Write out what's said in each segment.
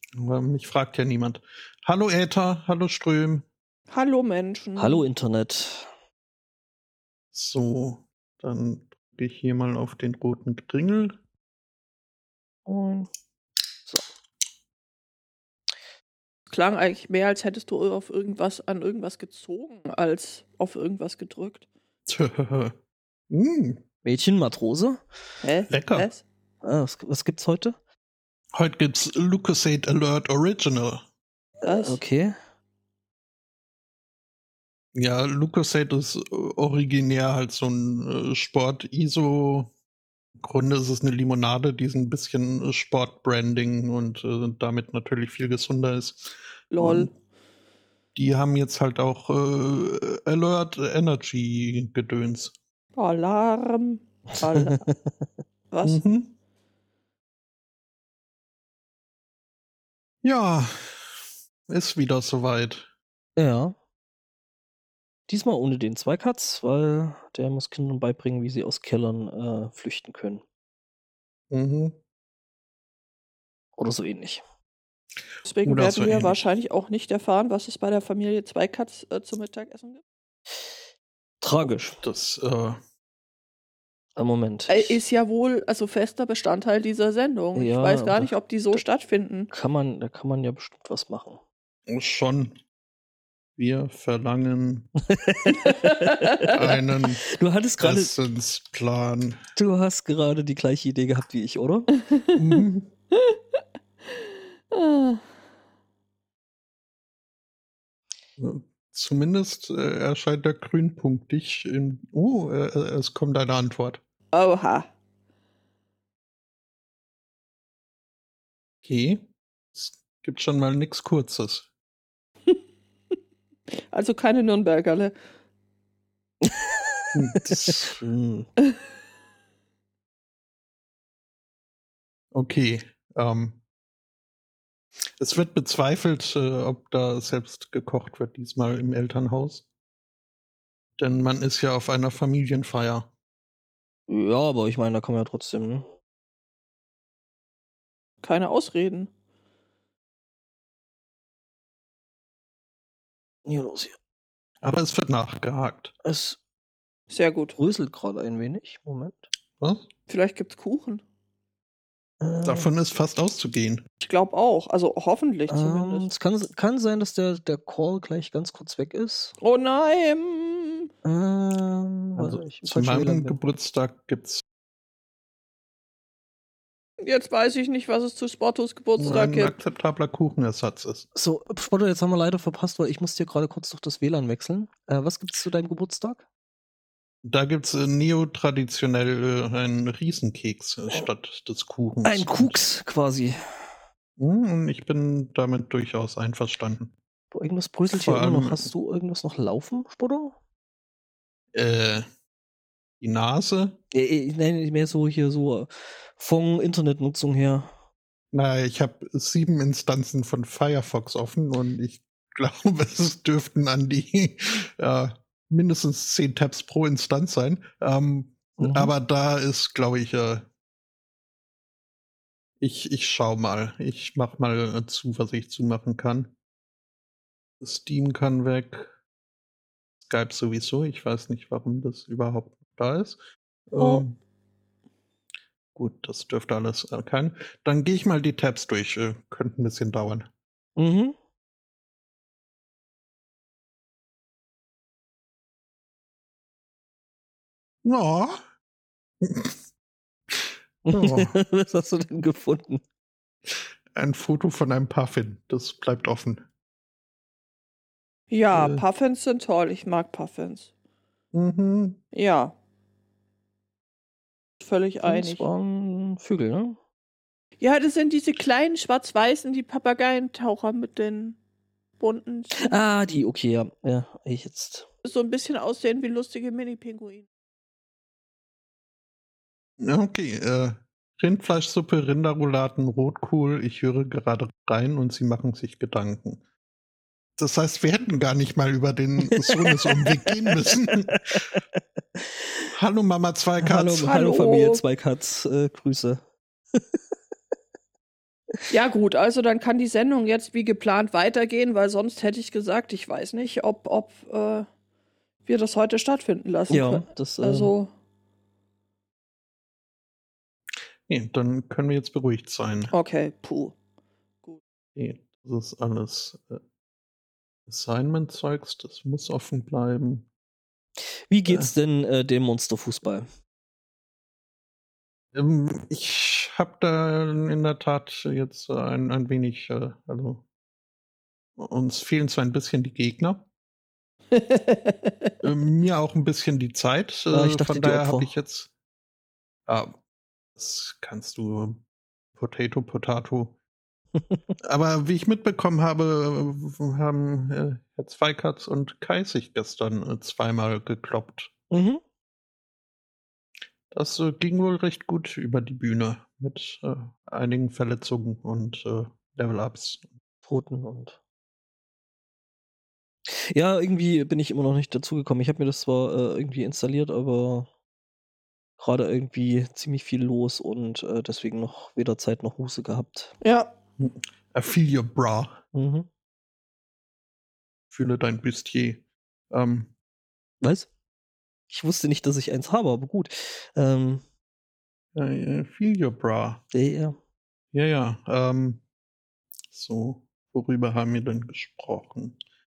Aber mich fragt ja niemand. Hallo Äther, hallo Ström. Hallo Menschen. Hallo Internet. So, dann drücke ich hier mal auf den roten Kringel. Und klang eigentlich mehr, als hättest du an irgendwas gezogen, als auf irgendwas gedrückt. Mädchen, Matrose. Hä? Lecker. Was? Was gibt's heute? Heute gibt's Lucozade Alert Original. Was? Okay. Ja, Lucozade ist originär halt so ein Sport-ISO. Im Grunde ist es eine Limonade, die ein bisschen Sport-Branding und damit natürlich viel gesunder ist. Lol. Und die haben jetzt halt auch Alert Energy Gedöns. Alarm. Was? Mhm. Ja, ist wieder soweit. Ja. Diesmal ohne den Zweikatz, weil der muss Kindern beibringen, wie sie aus Kellern flüchten können. Mhm. Oder so ähnlich. Deswegen Oder werden so wir ähnlich. wahrscheinlich auch nicht erfahren, was es bei der Familie Zweikatz zum Mittagessen gibt. Tragisch. Das, Moment. Ist ja wohl fester Bestandteil dieser Sendung. Ja, ich weiß gar aber nicht, ob die so stattfinden. Da kann man ja bestimmt was machen. schon. Wir verlangen einen Du Essensplan. Du hast gerade die gleiche Idee gehabt wie ich, oder? Mhm. Zumindest erscheint der grünpunkt dich in. Es kommt eine Antwort. Oha. Okay. Es gibt schon mal nichts Kurzes. Also keine Nürnbergerle. Okay. Es wird bezweifelt, ob da selbst gekocht wird diesmal im Elternhaus. Denn man ist ja auf einer Familienfeier. Ja, aber ich meine, da kann man ja trotzdem, ne? Keine Ausreden. Hier los hier. Aber es wird nachgehakt. Es Sehr gut. röselt gerade ein wenig. Moment. Was? Vielleicht gibt's Kuchen. Davon ist fast auszugehen. Ich glaube auch. Also hoffentlich zumindest. Es kann sein, dass der Call gleich ganz kurz weg ist. Oh nein! Also zu meinem Geburtstag gibt's Jetzt weiß ich nicht, was es zu Spottos Geburtstag ein gibt. akzeptabler Kuchenersatz ist. So, Spotto, jetzt haben wir leider verpasst, weil ich muss dir gerade kurz durch das WLAN wechseln. Was gibt's zu deinem Geburtstag? Da gibt's neotraditionell einen Riesenkeks statt des Kuchens. Ein Kuchs quasi. Und ich bin damit durchaus einverstanden. Boah, irgendwas bröselt hier immer noch. Hast du irgendwas noch laufen, Spotto? Die Nase? Nein, mehr so hier so von Internetnutzung her. Naja, ich habe 7 Instanzen von Firefox offen und ich glaube, es dürften an die mindestens 10 Tabs pro Instanz sein. Aber da ist, glaube ich, ich schau mal. Ich mach mal zu, was ich zumachen kann. Steam kann weg. Skype sowieso. Ich weiß nicht, warum das überhaupt da ist. Gut, das dürfte alles erkennen. Dann gehe ich mal die Tabs durch. Könnte ein bisschen dauern. Mhm. Ja. Was hast du denn gefunden? Ein Foto von einem Puffin. Das bleibt offen. Ja, Puffins sind toll. Ich mag Puffins. Mhm. Ja. Völlig einig. Das waren Vögel, ne? Ja, das sind diese kleinen schwarz-weißen, die Papageientaucher mit den bunten. Die, okay, ja. Ja, ich jetzt. So ein bisschen aussehen wie lustige Mini-Pinguine. Okay, Rindfleischsuppe, Rinderrouladen, Rotkohl. Ich höre gerade rein und sie machen sich Gedanken. Das heißt, wir hätten gar nicht mal über den Sohnesumweg gehen müssen. Hallo Mama Zweikatz. Hallo Familie Zweikatz. Grüße. Ja, gut, also dann kann die Sendung jetzt wie geplant weitergehen, weil sonst hätte ich gesagt, ich weiß nicht, ob wir das heute stattfinden lassen Ja, können. das, Also, Nee, dann können wir jetzt beruhigt sein. okay, puh. Nee, das ist alles Assignment-Zeugs, das muss offen bleiben. Wie geht's denn dem Monsterfußball? Ich habe da in der Tat jetzt ein wenig, also uns fehlen zwar ein bisschen die Gegner, mir auch ein bisschen die Zeit. Ich dachte, Von die daher habe Opfer. ich jetzt, das kannst du, Potato. Aber wie ich mitbekommen habe, haben Herr Zweikatz und Kai sich gestern zweimal gekloppt. Mhm. Das ging wohl recht gut über die Bühne mit einigen Verletzungen und Level-Ups. Toten und. Ja, irgendwie bin ich immer noch nicht dazugekommen. Ich habe mir das zwar irgendwie installiert, aber gerade irgendwie ziemlich viel los und deswegen noch weder Zeit noch Muße gehabt. Ja, I feel your bra. Mhm. Fühle dein Bustier. Was? Ich wusste nicht, dass ich eins habe, aber gut. Feel your bra. Ja. Ja. So, worüber haben wir denn gesprochen?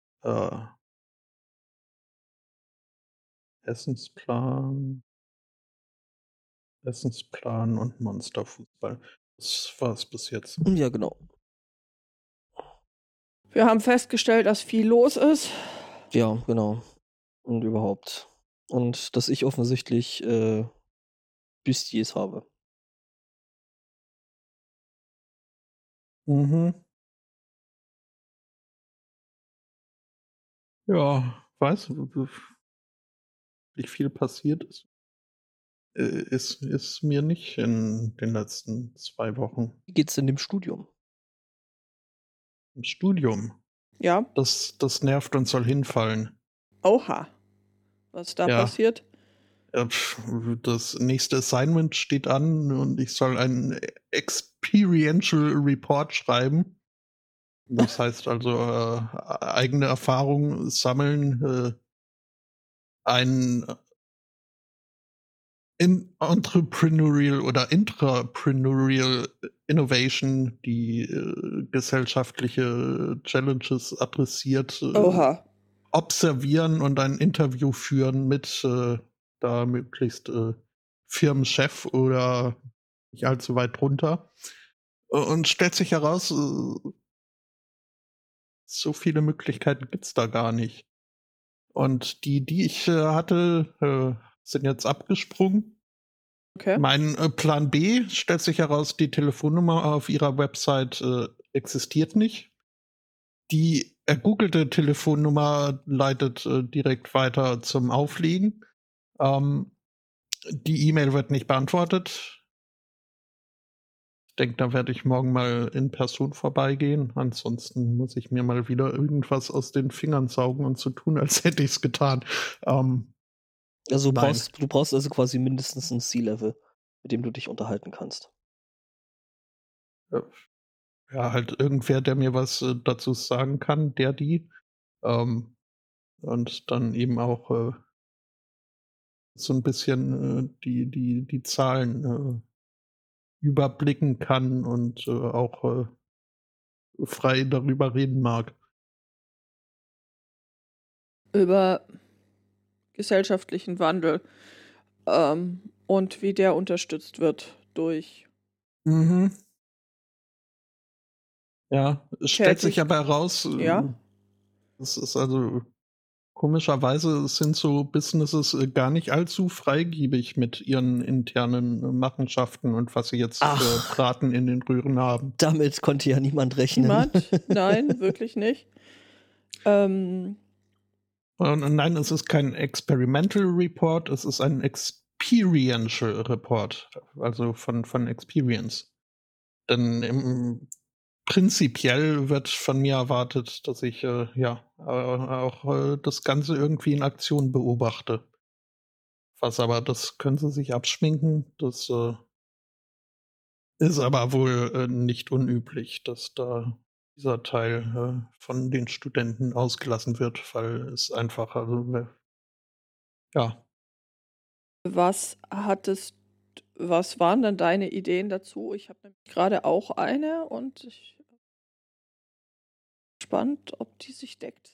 Essensplan und Monsterfußball. Das war's bis jetzt. Ja, genau. wir haben festgestellt, dass viel los ist. Ja, genau. Und überhaupt. Und dass ich offensichtlich Bustiers habe. Mhm. Ja, weiß, wie viel passiert ist. Ist mir nicht in den letzten 2 Wochen. Wie geht's denn dem Studium? Im Studium. Ja, Das nervt und soll hinfallen. oha. Was ist da Ja. passiert? Das nächste Assignment steht an und ich soll einen Experiential Report schreiben. Das heißt also eigene Erfahrungen sammeln, ein Entrepreneurial oder Intrapreneurial Innovation, die gesellschaftliche Challenges adressiert, Oha. observieren und ein Interview führen mit da möglichst Firmenchef oder nicht allzu weit drunter. Und stellt sich heraus, so viele Möglichkeiten gibt's da gar nicht. Und die ich hatte, sind jetzt abgesprungen. Okay. Mein Plan B stellt sich heraus, die Telefonnummer auf ihrer Website existiert nicht. Die ergoogelte Telefonnummer leitet direkt weiter zum Auflegen. Die E-Mail wird nicht beantwortet. Ich denke, da werde ich morgen mal in Person vorbeigehen. Ansonsten muss ich mir mal wieder irgendwas aus den Fingern saugen und so tun, als hätte ich es getan. Also Nein. du brauchst also quasi mindestens ein C-Level, mit dem du dich unterhalten kannst. Ja, halt irgendwer, der mir was dazu sagen kann, die. Und dann eben auch so ein bisschen die Zahlen überblicken kann und auch frei darüber reden mag. Über gesellschaftlichen Wandel und wie der unterstützt wird durch. Mhm. Ja, es stellt sich aber heraus, Ja. es ist also komischerweise sind so Businesses gar nicht allzu freigebig mit ihren internen Machenschaften und was sie jetzt Ach. Braten in den Röhren haben. Damit konnte ja niemand rechnen. Niemand? Nein, wirklich nicht. Und nein, es ist kein Experimental Report, es ist ein Experiential Report, also von Experience. Denn prinzipiell wird von mir erwartet, dass ich auch das Ganze irgendwie in Aktion beobachte. Was aber, das können sie sich abschminken, das Ist aber wohl nicht unüblich, dass da dieser Teil von den Studenten ausgelassen wird, weil es einfach, ja. Was hattest was waren denn deine Ideen dazu? Ich habe nämlich gerade auch eine und ich bin gespannt, ob die sich deckt.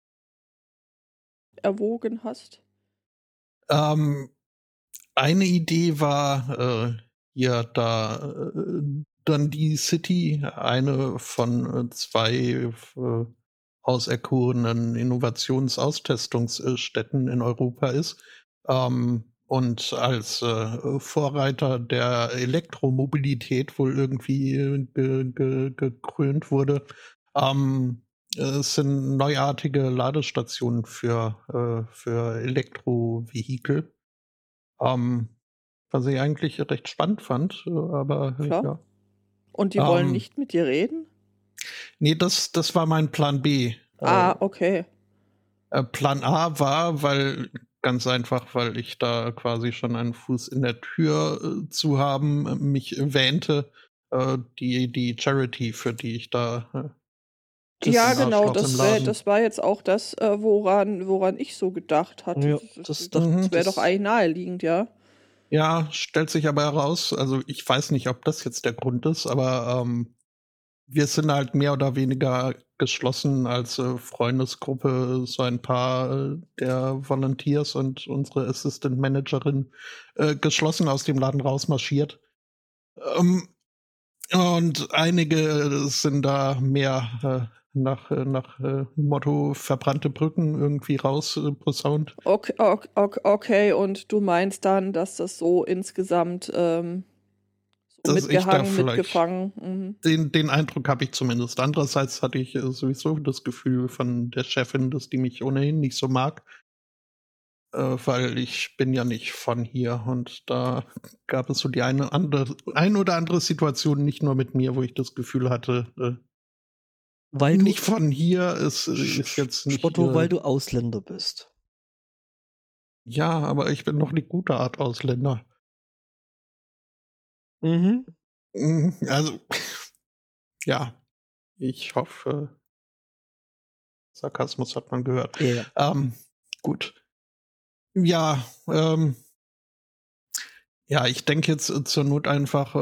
Erwogen hast. Ähm, Eine Idee war hier Dundee City, eine von zwei auserkorenen Innovationsaustestungsstätten in Europa ist. Und als Vorreiter der Elektromobilität wohl irgendwie gekrönt wurde. Es sind neuartige Ladestationen für Elektrovehikel. Was ich eigentlich recht spannend fand, aber Klar. ja. Und die wollen Ähm, nicht mit dir reden? Nee, das war mein Plan B. Okay. Plan A war, ganz einfach, weil ich da quasi schon einen Fuß in der Tür zu haben, mich wähnte, die Charity, für die ich da Ja, bisschen genau, Arschloch im Laden. das war jetzt auch das, woran ich so gedacht hatte. Ja, Das das wäre doch eigentlich naheliegend, ja. Ja, stellt sich aber heraus, also ich weiß nicht, ob das jetzt der Grund ist, aber wir sind halt mehr oder weniger geschlossen als Freundesgruppe, so ein paar der Volunteers und unsere Assistant Managerin geschlossen aus dem Laden rausmarschiert. Und einige sind da mehr nach Motto verbrannte Brücken irgendwie rausposaunt. Okay, und du meinst dann, dass das so insgesamt so Dass ich da mitgehangen, vielleicht mitgefangen. den Eindruck habe ich zumindest. Andererseits hatte ich sowieso das Gefühl von der Chefin, dass die mich ohnehin nicht so mag, weil ich bin ja nicht von hier und da gab es so die ein oder andere Situation, nicht nur mit mir, wo ich das Gefühl hatte, Weil du, nicht von hier ist jetzt nicht. Spotto, weil du Ausländer bist. Ja, aber ich bin noch eine gute Art Ausländer. Mhm. Also, ja, ich hoffe, Sarkasmus hat man gehört. Ja. Gut. Ja, ja, ich denke jetzt zur Not einfach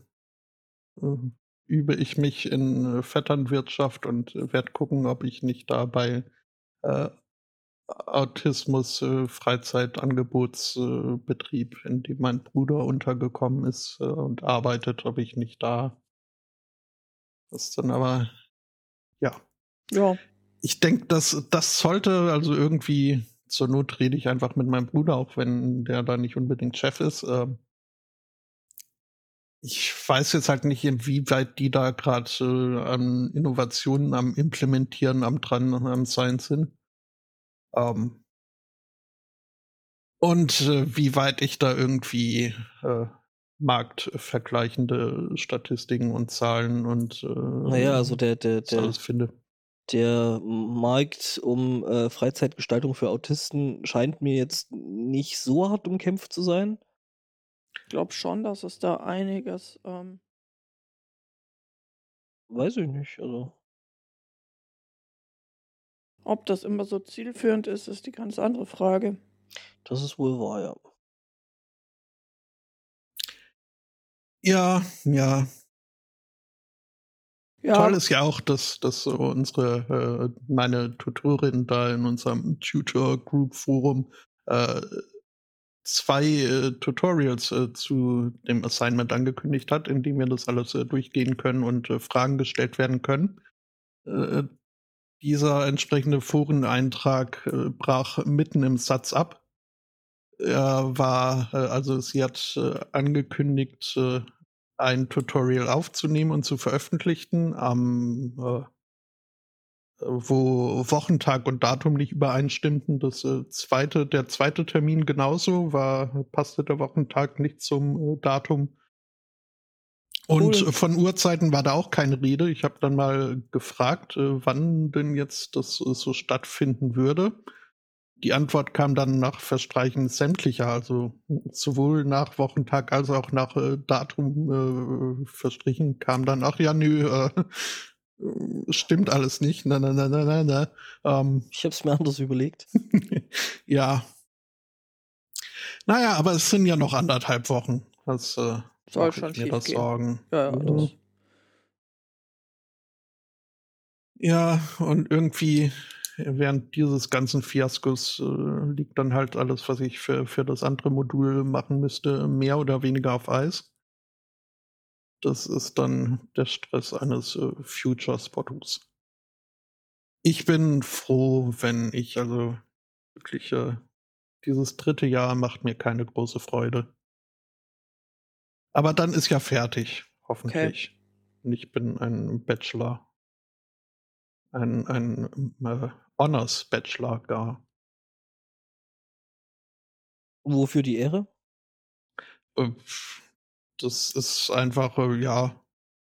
übe ich mich in Vetternwirtschaft und werde gucken, ob ich nicht da bei äh, Autismus Freizeitangebotsbetrieb, in dem mein Bruder untergekommen ist und arbeitet, ob ich nicht da. Das dann aber, ja. Ja. Ich denke, das sollte also irgendwie, zur Not rede ich einfach mit meinem Bruder, auch wenn der da nicht unbedingt Chef ist. Ich weiß jetzt halt nicht, inwieweit die da gerade an Innovationen am Implementieren, am Sein sind. Und wie weit ich da irgendwie marktvergleichende Statistiken und Zahlen und Naja, also alles finde. der Markt um Freizeitgestaltung für Autisten scheint mir jetzt nicht so hart umkämpft zu sein. Ich glaube schon, dass es da einiges. Weiß ich nicht. Also. Ob das immer so zielführend ist, ist die ganz andere Frage. Das ist wohl wahr, ja. Ja, ja. Ja, Toll ist ja auch, dass so meine Tutorin da in unserem Tutor Group Forum 2 Tutorials zu dem Assignment angekündigt hat, in dem wir das alles durchgehen können und Fragen gestellt werden können. Dieser entsprechende Foreneintrag brach mitten im Satz ab. Also sie hat angekündigt, ein Tutorial aufzunehmen und zu veröffentlichen, wo Wochentag und Datum nicht übereinstimmten. Der zweite Termin genauso, passte der Wochentag nicht zum Datum. Und Cool. von Uhrzeiten war da auch keine Rede. Ich habe dann mal gefragt, wann denn jetzt das so stattfinden würde. Die Antwort kam dann nach Verstreichen sämtlicher, also sowohl nach Wochentag als auch nach Datum verstrichen, kam dann, ach ja, nö, stimmt alles nicht. Na. Ich habe es mir anders überlegt. Ja. Naja, aber es sind ja noch 1,5 Wochen. Das Soll mache schon ich mir schief das gehen. Sorgen. Ja, das. Ja, und irgendwie während dieses ganzen Fiaskos liegt dann halt alles, was ich für das andere Modul machen müsste, mehr oder weniger auf Eis. Das ist dann der Stress eines Future-Spottus. Ich bin froh, wenn ich also wirklich dieses 3. Jahr macht mir keine große Freude. Aber dann ist ja fertig, hoffentlich. Und ich bin ein Bachelor. Ein Honors-Bachelor gar. Wofür die Ehre? Das ist einfach, ja,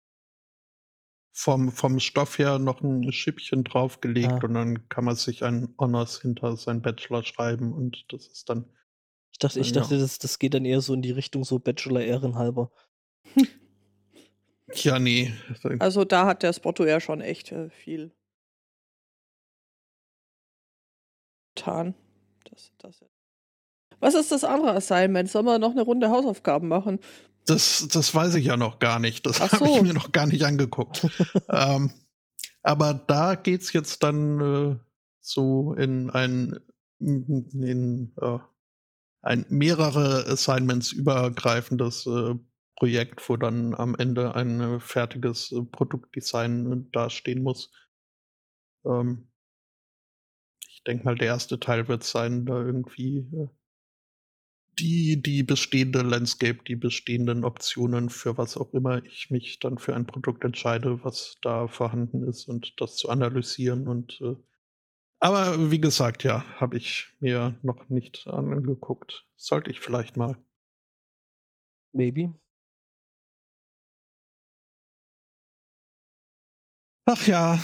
vom Stoff her noch ein Schippchen draufgelegt und dann kann man sich ein Honors hinter sein Bachelor schreiben und das ist dann. Ich dachte, das geht dann eher so in die Richtung so Bachelor ehrenhalber. Ja, nee. Also da hat der Spotto ja schon echt viel getan. Was ist das andere Assignment? Sollen wir noch eine Runde Hausaufgaben machen? Das weiß ich ja noch gar nicht. Das Ach habe ich so. mir noch gar nicht angeguckt. Aber da geht's jetzt dann so in ein mehrere Assignments übergreifendes Projekt, wo dann am Ende ein fertiges Produktdesign dastehen muss. Ich denke mal, der erste Teil wird sein, da irgendwie die bestehende Landscape, die bestehenden Optionen, für was auch immer ich mich dann für ein Produkt entscheide, was da vorhanden ist und das zu analysieren und aber wie gesagt, ja, habe ich mir noch nicht angeguckt. Sollte ich vielleicht mal. Maybe. Ach ja.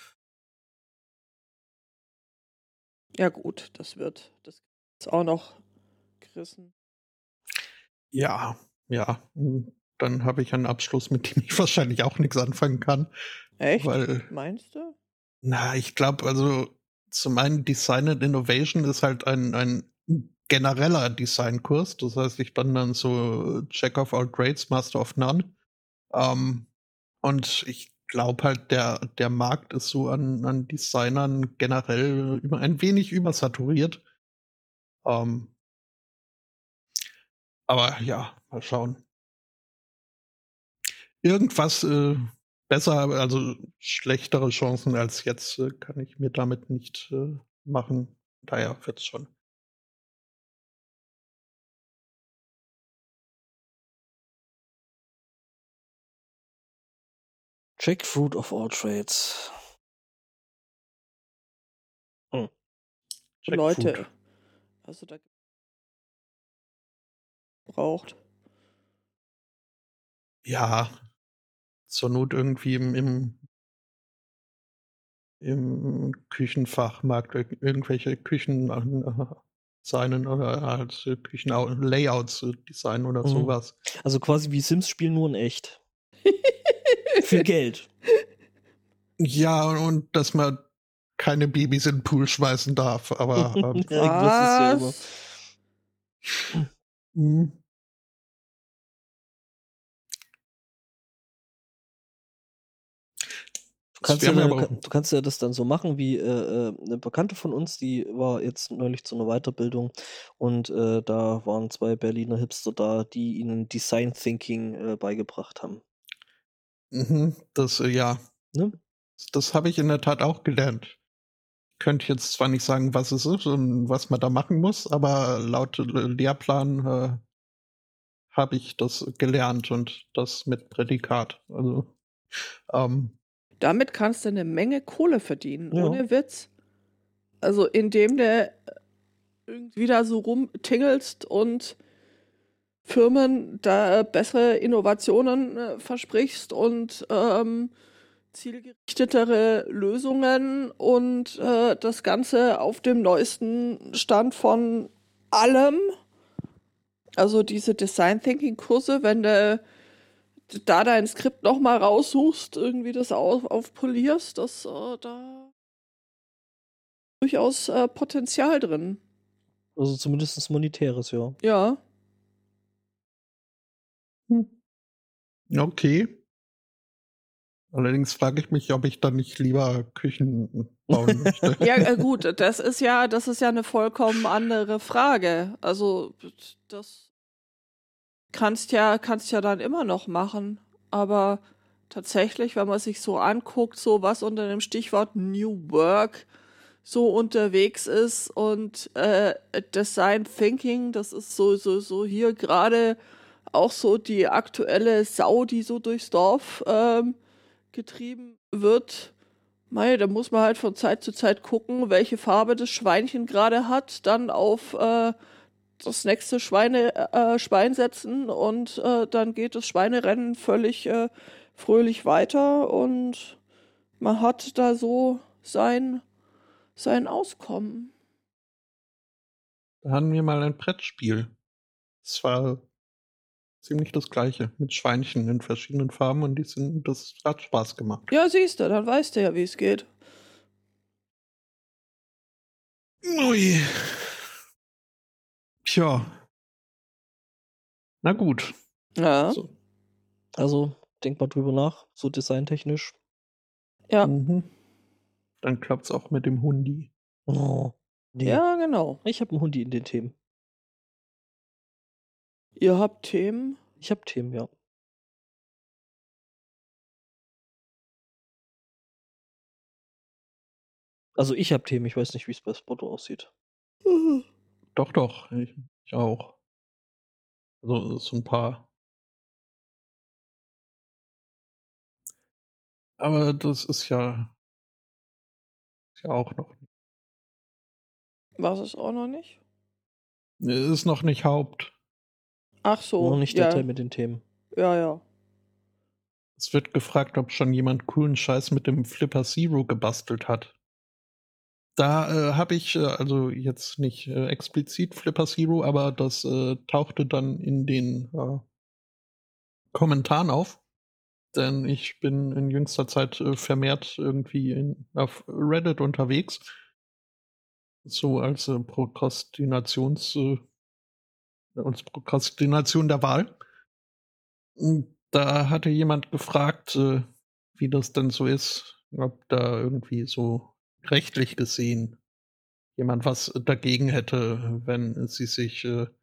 Ja gut, das ist auch noch gerissen. Ja. Dann habe ich einen Abschluss, mit dem ich wahrscheinlich auch nichts anfangen kann. Echt? Weil, meinst du? Na, ich glaube, also zum einen Design and Innovation ist halt ein genereller Designkurs. Das heißt, ich bin dann so Jack of all trades, Master of none. Und ich glaube halt, der Markt ist so an Designern generell ein wenig übersaturiert. Aber ja, mal schauen. Irgendwas besser, also schlechtere Chancen als jetzt kann ich mir damit nicht machen. Daher wird's schon. Jackfruit of all trades. Leute, also da braucht. Ja, zur Not irgendwie im Küchenfachmarkt irgendwelche Küchen designen oder halt Küchenlayouts designen oder sowas. Also quasi wie Sims spielen, nur in echt. Für Geld. Ja, und dass man keine Babys in den Pool schmeißen darf, aber Ja, das ist ja immer. Du kannst ja das dann so machen, wie eine Bekannte von uns, die war jetzt neulich zu einer Weiterbildung und da waren 2 Berliner Hipster da, die ihnen Design Thinking beigebracht haben. Das, ja. Ne? Das habe ich in der Tat auch gelernt. Ich könnte jetzt zwar nicht sagen, was es ist und was man da machen muss, aber laut Lehrplan habe ich das gelernt und das mit Prädikat. Also damit kannst du eine Menge Kohle verdienen, Ja. ohne Witz. Also indem du irgendwie da so rumtingelst und Firmen da bessere Innovationen versprichst und zielgerichtetere Lösungen und das Ganze auf dem neuesten Stand von allem. Also diese Design Thinking Kurse, wenn du da dein Skript nochmal raussuchst, irgendwie das aufpolierst, dass da durchaus Potenzial drin. Also zumindest monetäres, ja. Ja. Okay. Allerdings frage ich mich, ob ich dann nicht lieber Küchen bauen möchte. Ja, gut, das ist ja eine vollkommen andere Frage. Also das kannst ja dann immer noch machen. Aber tatsächlich, wenn man sich so anguckt, so was unter dem Stichwort New Work so unterwegs ist und Design Thinking, das ist so hier gerade auch so die aktuelle Sau, die so durchs Dorf getrieben wird. Mei, da muss man halt von Zeit zu Zeit gucken, welche Farbe das Schweinchen gerade hat, dann auf das nächste Schwein setzen und dann geht das Schweinerennen völlig fröhlich weiter und man hat da so sein Auskommen. Da hatten wir mal ein Brettspiel. Es war ziemlich das gleiche, mit Schweinchen in verschiedenen Farben und das hat Spaß gemacht. Ja, siehst du, dann weißt du ja, wie es geht. Ui. Tja. Na gut. Ja. So. Also, denk mal drüber nach, so designtechnisch. Ja. Mhm. Dann klappt's auch mit dem Hundi. Oh, nee. Ja, genau. Ich habe einen Hundi in den Themen. Ihr habt Themen? Ich habe Themen, ja. Also ich habe Themen, ich weiß nicht, wie es bei Spotto aussieht. Doch, ich auch. Also so ein paar. Aber das ist ja auch noch nicht. Was ist auch noch nicht? Ist noch nicht Haupt. Ach so. Noch nicht ja. der Teil mit den Themen. Ja. Es wird gefragt, ob schon jemand coolen Scheiß mit dem Flipper Zero gebastelt hat. Da habe ich, also jetzt nicht explizit Flipper Zero, aber das tauchte dann in den Kommentaren auf. Denn ich bin in jüngster Zeit vermehrt irgendwie auf Reddit unterwegs. So als Prokrastination der Wahl. Und da hatte jemand gefragt, wie das denn so ist, ob da irgendwie so rechtlich gesehen jemand was dagegen hätte, wenn sie sich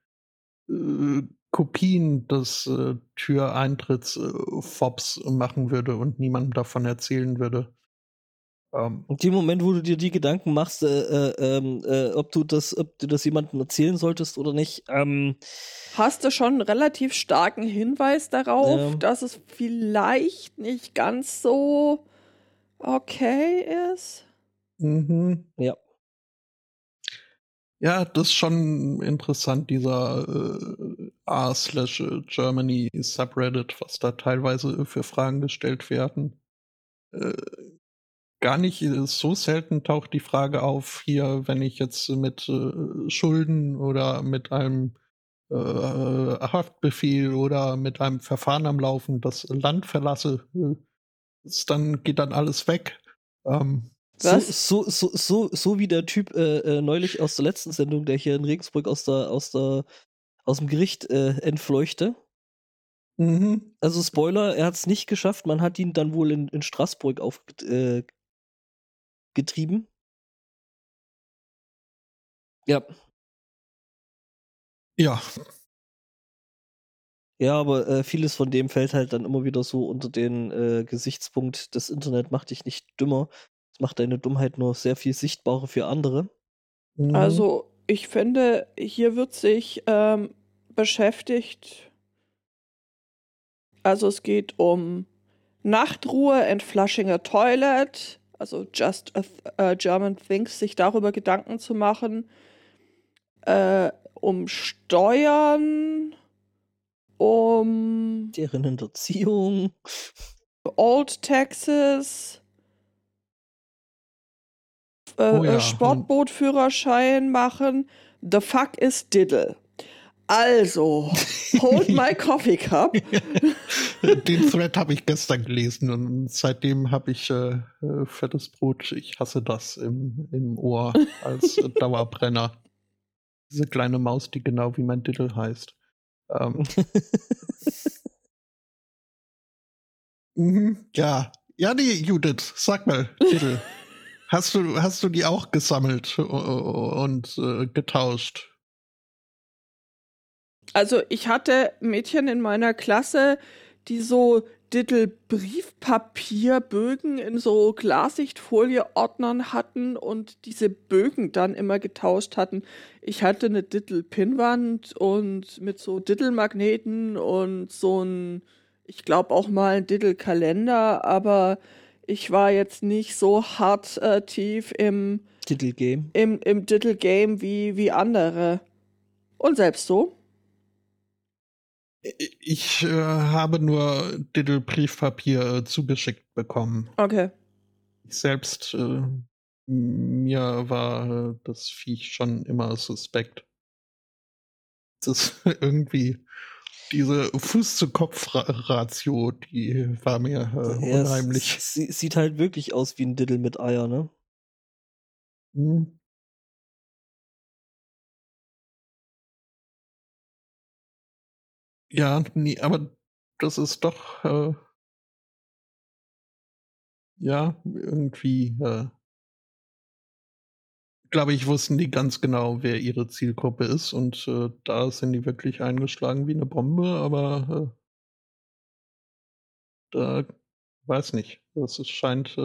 Kopien des Türeintritts-Fobs machen würde und niemandem davon erzählen würde. In dem Moment, wo du dir die Gedanken machst, ob du das jemandem erzählen solltest oder nicht, Hast du schon einen relativ starken Hinweis darauf, dass es vielleicht nicht ganz so okay ist? Mhm. Ja. Ja, das ist schon interessant, dieser r/Germany Subreddit, was da teilweise für Fragen gestellt werden. Gar nicht so selten taucht die Frage auf, hier, wenn ich jetzt mit Schulden oder mit einem Haftbefehl oder mit einem Verfahren am Laufen das Land verlasse, geht dann alles weg. Was? So wie der Typ neulich aus der letzten Sendung, der hier in Regensburg aus dem Gericht entfleuchte. Mhm. Also Spoiler, er hat es nicht geschafft, man hat ihn dann wohl in Straßburg getrieben. Ja. Ja. Ja, aber vieles von dem fällt halt dann immer wieder so unter den Gesichtspunkt, das Internet macht dich nicht dümmer, es macht deine Dummheit nur sehr viel sichtbarer für andere. Mhm. Also, ich finde, hier wird sich beschäftigt. Also, es geht um Nachtruhe and flushing a toilet. Also, just a German thinks, sich darüber Gedanken zu machen. Um Steuern, um Deren Hinterziehung. Old Texas, Oh ja, Sportbootführerschein machen. The fuck is Diddle? Also, hold my coffee cup. den Thread habe ich gestern gelesen und seitdem habe ich fettes Brot, ich hasse das im Ohr als Dauerbrenner. Diese kleine Maus, die genau wie mein Diddle heißt. Ja. Ja, nee, Judith, sag mal, Diddle. Hast du die auch gesammelt und getauscht? Also ich hatte Mädchen in meiner Klasse, die so Diddle-Briefpapierbögen in so Klarsichtfolie-Ordnern hatten und diese Bögen dann immer getauscht hatten. Ich hatte eine Diddle-Pinnwand und mit so Diddle-Magneten und so ein, ich glaube auch mal ein Diddle-Kalender, aber ich war jetzt nicht so hart tief im Titelgame. im Diddle-Game wie andere. Und selbst so? Ich habe nur Diddle-Briefpapier zugeschickt bekommen. Okay. Ich selbst, mir war das Viech schon immer suspekt. Das ist irgendwie diese Fuß-zu-Kopf-Ratio, die war mir unheimlich. Sieht halt wirklich aus wie ein Diddle mit Eier, ne? Hm. Ja, nee, aber das ist doch, ja, irgendwie, glaube ich, wussten die ganz genau, wer ihre Zielgruppe ist und da sind die wirklich eingeschlagen wie eine Bombe, aber da weiß nicht. Scheint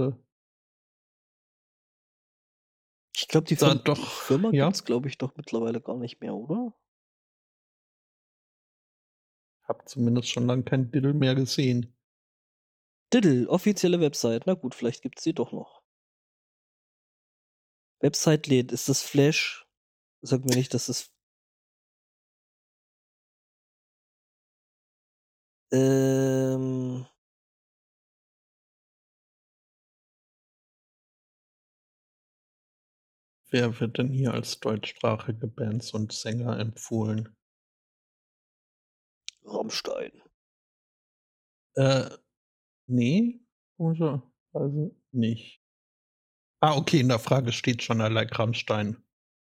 Ich glaube, die da doch, Firma ja, gibt's, glaube ich, doch mittlerweile gar nicht mehr, oder? hab zumindest schon lange kein Diddle mehr gesehen. Diddle, offizielle Website. Na gut, vielleicht gibt's sie doch noch. Website lädt. Ist das Flash? Sag mir nicht, dass das. Wer wird denn hier als deutschsprachige Bands und Sänger empfohlen? Rammstein. Nee, also nicht. Ah, okay, in der Frage steht schon I like Rammstein.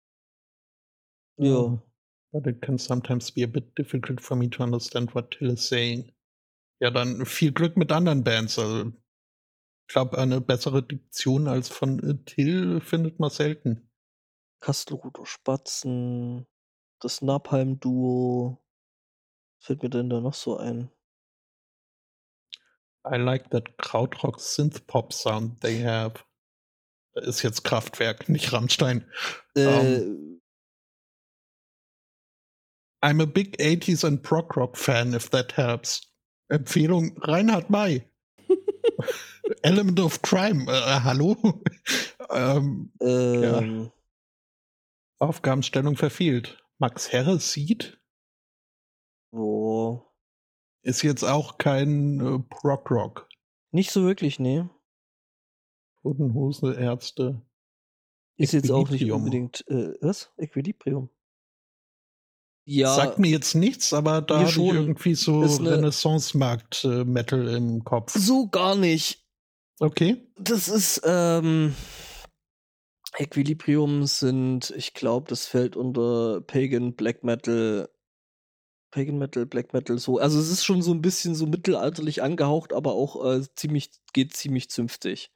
Ja. But it can sometimes be a bit difficult for me to understand what Till is saying. Ja, dann viel Glück mit anderen Bands. Also, ich glaube, eine bessere Diktion als von Till findet man selten. Kastelruther Spatzen. Das Napalm-Duo. Fällt mir denn da noch so ein? I like that Krautrock Synth-Pop sound they have. Da ist jetzt Kraftwerk, nicht Rammstein. I'm a big 80s and prog rock fan, if that helps. Empfehlung Reinhard May. Element of Crime. Hallo? Ja. Aufgabenstellung verfehlt. Max Herre sieht. Oh. Ist jetzt auch kein Prog Rock. Nicht so wirklich, nee. Hodenhose, Ärzte. Ist jetzt auch nicht unbedingt. Was? Equilibrium. Ja. Sagt mir jetzt nichts, aber da habe ich irgendwie so Renaissance-Markt-Metal im Kopf. So gar nicht. Okay. Das ist, Equilibrium sind, ich glaube, das fällt unter Pagan, Black Metal, Black Metal, so. Also es ist schon so ein bisschen so mittelalterlich angehaucht, aber auch geht ziemlich zünftig.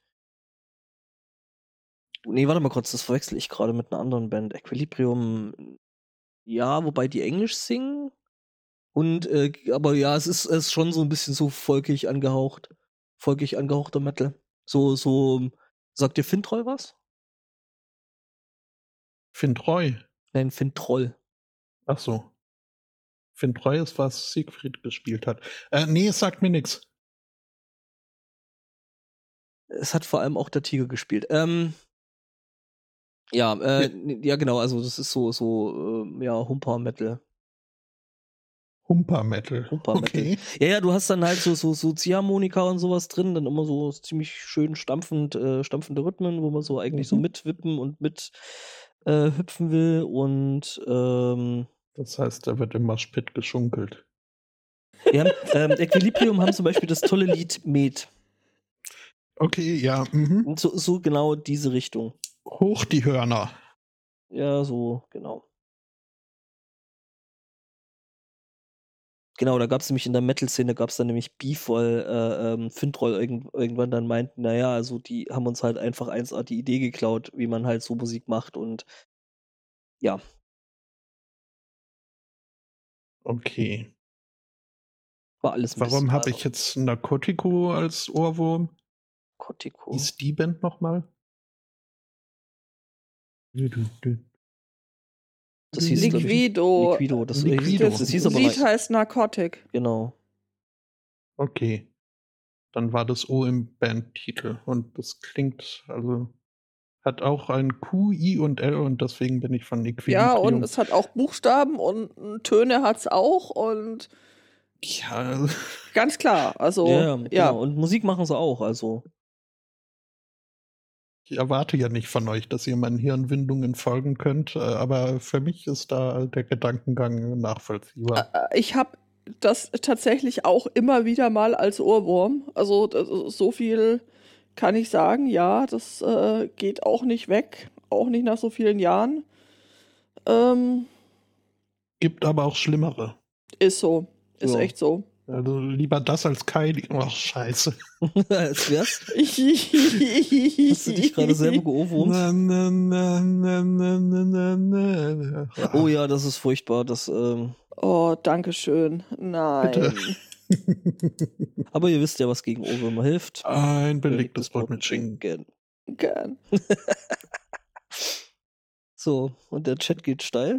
Nee, warte mal kurz, das verwechsel ich gerade mit einer anderen Band. Equilibrium, ja, wobei die Englisch singen. Und, aber ja, es ist schon so ein bisschen so folkig angehauchter Metal. So, sagt dir Fintroll was? Fintroll? Nein, Fintroll. Ach so. Fintroll ist, was Siegfried gespielt hat. Nee, es sagt mir nichts. Es hat vor allem auch der Tiger gespielt. Ja, genau, also das ist so, ja, Humper-Metal. Humper-Metal. Humper-Metal. Okay. Ja, du hast dann halt so Ziehharmonika und sowas drin, dann immer so ziemlich schön stampfende Rhythmen, wo man so eigentlich so mitwippen und mit hüpfen will und Das heißt, da wird im Moshpit geschunkelt. wir haben Equilibrium haben zum Beispiel das tolle Lied Med. Okay, ja. Mhm. Und so genau diese Richtung. Hoch die Hörner. Ja, so, genau. Genau, da gab es nämlich in der Metal-Szene gab es dann nämlich Beef, weil Fintroll irgendwann dann meinten, naja, also die haben uns halt einfach 1A die Idee geklaut, wie man halt so Musik macht und ja. Okay. War alles ein Warum bisschen habe ich jetzt Narcotico als Ohrwurm? Narcotico. Wie ist die Band nochmal? Das hieß, glaub ich, Liquido. Liquido. Das Liquido. Das hieß aber Lied heißt Narcotic. Genau. Okay. Dann war das O im Bandtitel. Und das klingt, also hat auch ein Q, I und L und deswegen bin ich von Equilibrium. Ja, und es hat auch Buchstaben und Töne hat es auch und ja, ganz klar. Also, Ja, ja. genau. Und Musik machen sie auch, also. ich erwarte ja nicht von euch, dass ihr meinen Hirnwindungen folgen könnt, aber für mich ist da der Gedankengang nachvollziehbar. Ich habe das tatsächlich auch immer wieder mal als Ohrwurm. Also so viel kann ich sagen. Ja, das geht auch nicht weg, auch nicht nach so vielen Jahren. Gibt aber auch schlimmere. Ist so, ist Ja. echt so. Also lieber das als Kylie. Oh, scheiße. Als wär's. Hast du dich gerade selber geohrwurmt? Na, na, na, na, na, na, na. Oh ja, das ist furchtbar. Das, Oh, danke schön. Nein. Bitte. aber ihr wisst ja, was gegen Ohrwürmer hilft. Ein belegtes Brot mit Schinken. Gern. So, und der Chat geht steil.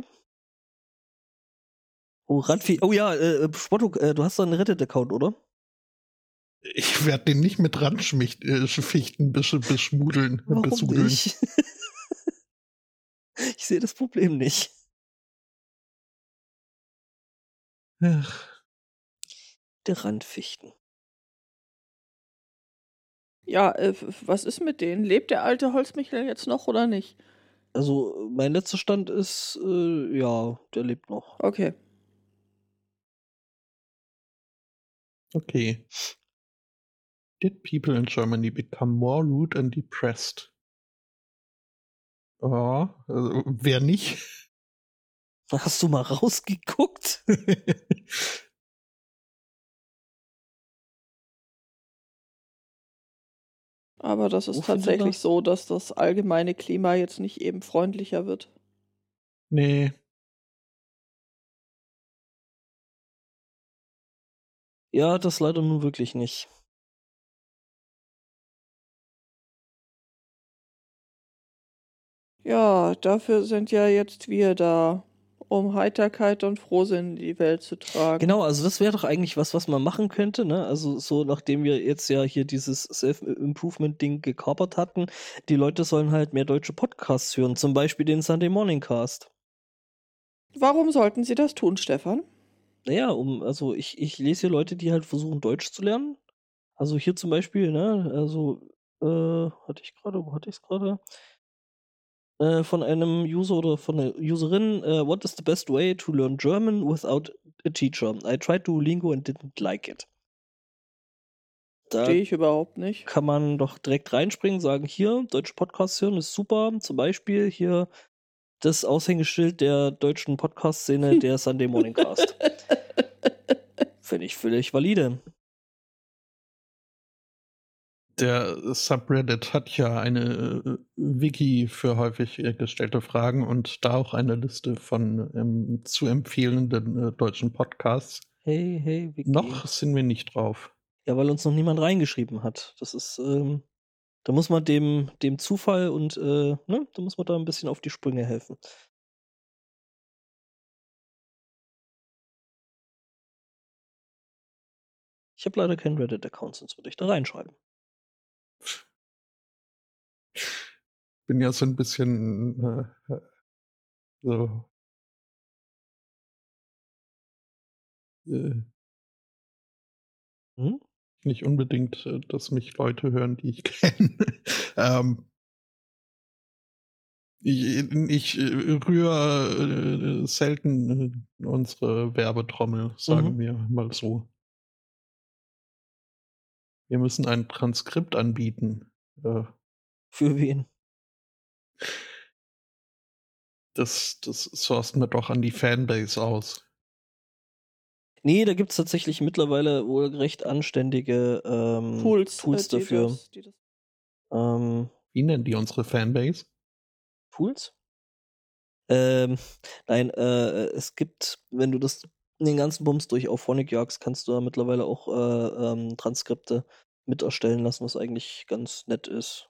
Oh, Randvieh. Oh ja, Spotto, du hast doch einen Reddit-Account, oder? Ich werde den nicht mit Randfichten beschmudeln. Warum besudeln. nicht? Ich sehe das Problem nicht. Ach, Der Randfichten. Ja, was ist mit denen? Lebt der alte Holzmichel jetzt noch oder nicht? Also, mein letzter Stand ist, ja, der lebt noch. Okay. okay. Did people in Germany become more rude and depressed? Ja, also, wer nicht? Hast du mal rausgeguckt? Aber das ist Wo findet tatsächlich das? so, dass das allgemeine Klima jetzt nicht eben freundlicher wird. Nee. Ja, das leider nun wirklich nicht. Ja, dafür sind ja jetzt wir da, um Heiterkeit und Frohsinn in die Welt zu tragen. Genau, also das wäre doch eigentlich was man machen könnte, ne? Also so, nachdem wir jetzt ja hier dieses Self-Improvement-Ding gekapert hatten, die Leute sollen halt mehr deutsche Podcasts hören, zum Beispiel den Sunday Morning Cast. Warum sollten sie das tun, Stefan? Naja, also ich lese hier Leute, die halt versuchen, Deutsch zu lernen. Also hier zum Beispiel, ne? Also, wo hatte ich es gerade? Von einem User oder von einer Userin, what is the best way to learn German without a teacher? I tried Duolingo and didn't like it. Da Verstehe ich überhaupt nicht. kann man doch direkt reinspringen, sagen, hier, deutsche Podcasts hören ist super. Zum Beispiel hier das Aushängeschild der deutschen Podcast-Szene, der Sunday Morning Cast. Finde ich völlig valide. Der Subreddit hat ja eine Wiki für häufig gestellte Fragen und da auch eine Liste von zu empfehlenden deutschen Podcasts. Hey, Wiki. Noch sind wir nicht drauf. Ja, weil uns noch niemand reingeschrieben hat. Das ist, da muss man dem Zufall und, ne, da muss man da ein bisschen auf die Sprünge helfen. Ich habe leider keinen Reddit-Account, sonst würde ich da reinschreiben. Bin ja so ein bisschen so nicht unbedingt, dass mich Leute hören, die ich kenne. Ich rühre selten unsere Werbetrommel, sagen wir mal so. Wir müssen ein Transkript anbieten. Für wen? Das sourcen wir doch an die Fanbase aus. Nee, da gibt es tatsächlich mittlerweile wohl recht anständige Tools dafür. Wie nennen die unsere Fanbase? Tools? Nein, es gibt, wenn du den ganzen Bums durch Auphonic jagst, kannst du da mittlerweile auch Transkripte mit erstellen lassen, was eigentlich ganz nett ist.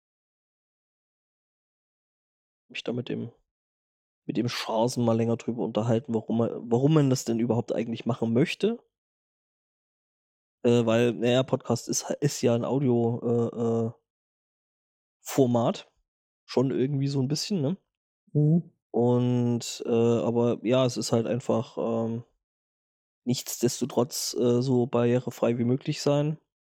Mich da mit dem Scharsen mal länger drüber unterhalten, warum man das denn überhaupt eigentlich machen möchte. Weil, naja, Podcast ist ja ein Audio Format. Schon irgendwie so ein bisschen, ne? Und aber ja, es ist halt einfach nichtsdestotrotz so barrierefrei wie möglich sein.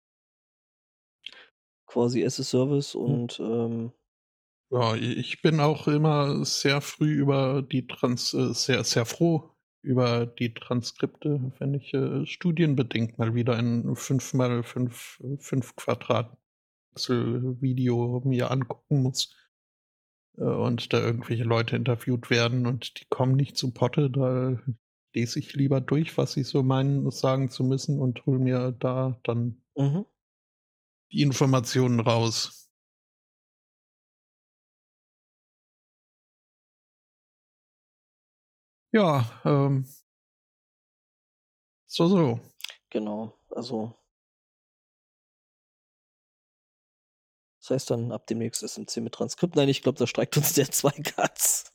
Quasi as a Service und ja, ich bin auch immer sehr früh über die sehr froh über die Transkripte, wenn ich studienbedingt mal wieder ein 5x5 Quadratpixel Video mir angucken muss und da irgendwelche Leute interviewt werden und die kommen nicht zu Potte, da lese ich lieber durch, was sie so meinen, sagen zu müssen und hole mir da dann die Informationen raus. Ja, so. Genau, also das heißt dann ab demnächst SMC mit Transkript. Nein, ich glaube, da streikt uns der Zweikatz.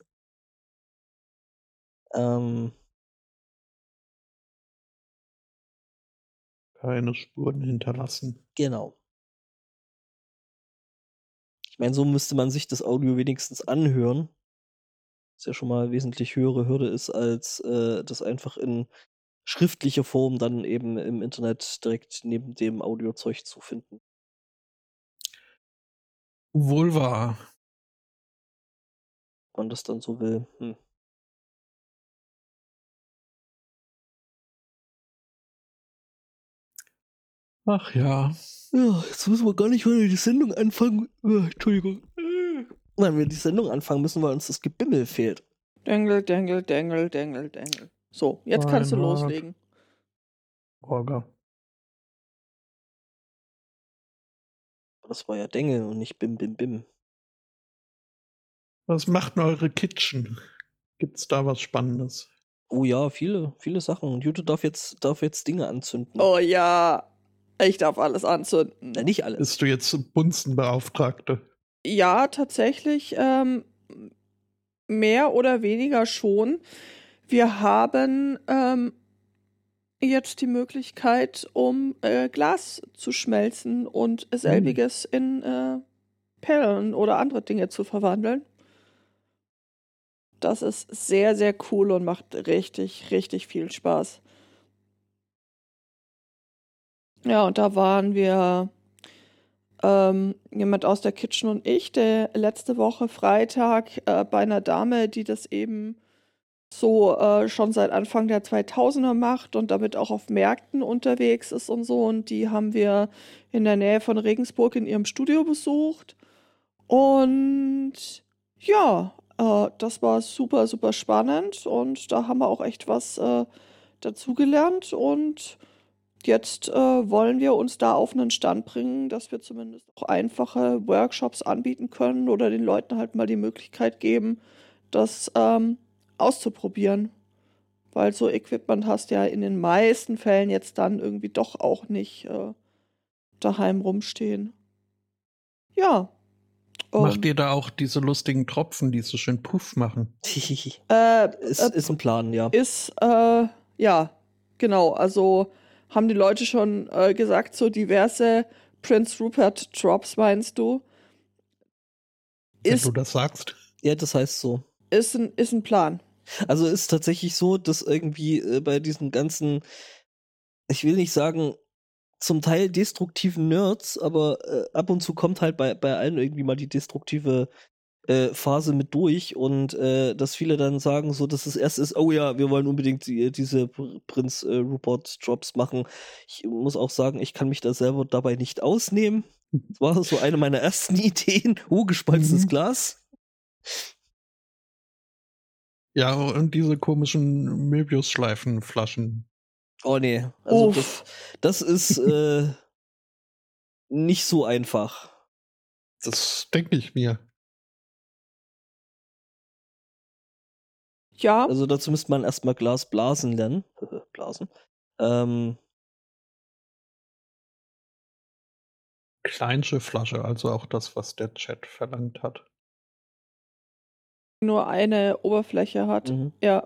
Keine Spuren hinterlassen. Genau. Ich meine, so müsste man sich das Audio wenigstens anhören. Was ja schon mal wesentlich höhere Hürde ist, als das einfach in schriftlicher Form dann eben im Internet direkt neben dem Audiozeug zu finden. Wohl wahr. Wenn man das dann so will. Ach ja. Ja, jetzt müssen wir gar nicht heute die Sendung anfangen. Entschuldigung. Wenn wir die Sendung anfangen müssen, weil uns das Gebimmel fehlt. Dengel, Dengel, Dengel, Dengel, Dengel. So, jetzt kannst du loslegen. Orga. Das war ja Dengel und nicht Bim, Bim, Bim. Was macht denn eure Kitchen? Gibt's da was Spannendes? Oh ja, viele Sachen. Jute darf jetzt Dinge anzünden. Oh ja, ich darf alles anzünden. Na, nicht alles. Bist du jetzt Bunsenbeauftragte? Ja, tatsächlich mehr oder weniger schon. Wir haben jetzt die Möglichkeit, um Glas zu schmelzen und selbiges in Perlen oder andere Dinge zu verwandeln. Das ist sehr, sehr cool und macht richtig, richtig viel Spaß. Ja, und da waren wir jemand aus der Kitchen und ich, der letzte Woche Freitag bei einer Dame, die das eben so schon seit Anfang der 2000er macht und damit auch auf Märkten unterwegs ist und so. Und die haben wir in der Nähe von Regensburg in ihrem Studio besucht. Und ja, das war super, super spannend und da haben wir auch echt was dazugelernt und jetzt wollen wir uns da auf einen Stand bringen, dass wir zumindest auch einfache Workshops anbieten können oder den Leuten halt mal die Möglichkeit geben, das auszuprobieren. Weil so Equipment hast du ja in den meisten Fällen jetzt dann irgendwie doch auch nicht daheim rumstehen. Ja. Macht ihr da auch diese lustigen Tropfen, die so schön Puff machen? ist ein Plan, ja. Ja, genau. Also haben die Leute schon gesagt, so diverse Prince Rupert Drops, meinst du? Wenn du das sagst. Ja, das heißt so. Ist ein Plan. Also ist tatsächlich so, dass irgendwie bei diesen ganzen, ich will nicht sagen, zum Teil destruktiven Nerds, aber ab und zu kommt halt bei allen irgendwie mal die destruktive Phase mit durch und dass viele dann sagen, so, dass es erst ist, oh ja, wir wollen unbedingt diese Prince Rupert Drops machen. Ich muss auch sagen, ich kann mich da selber dabei nicht ausnehmen. Das war so eine meiner ersten Ideen. Gespaltenes Glas. Ja, und diese komischen Möbius-Schleifenflaschen. Oh nee, also Uff. das ist nicht so einfach. Das denke ich mir. Ja, Also dazu müsste man erstmal Glas blasen lernen. Blasen. Kleinsche Flasche, also auch das, was der Chat verlangt hat. nur eine Oberfläche hat. Mhm. Ja.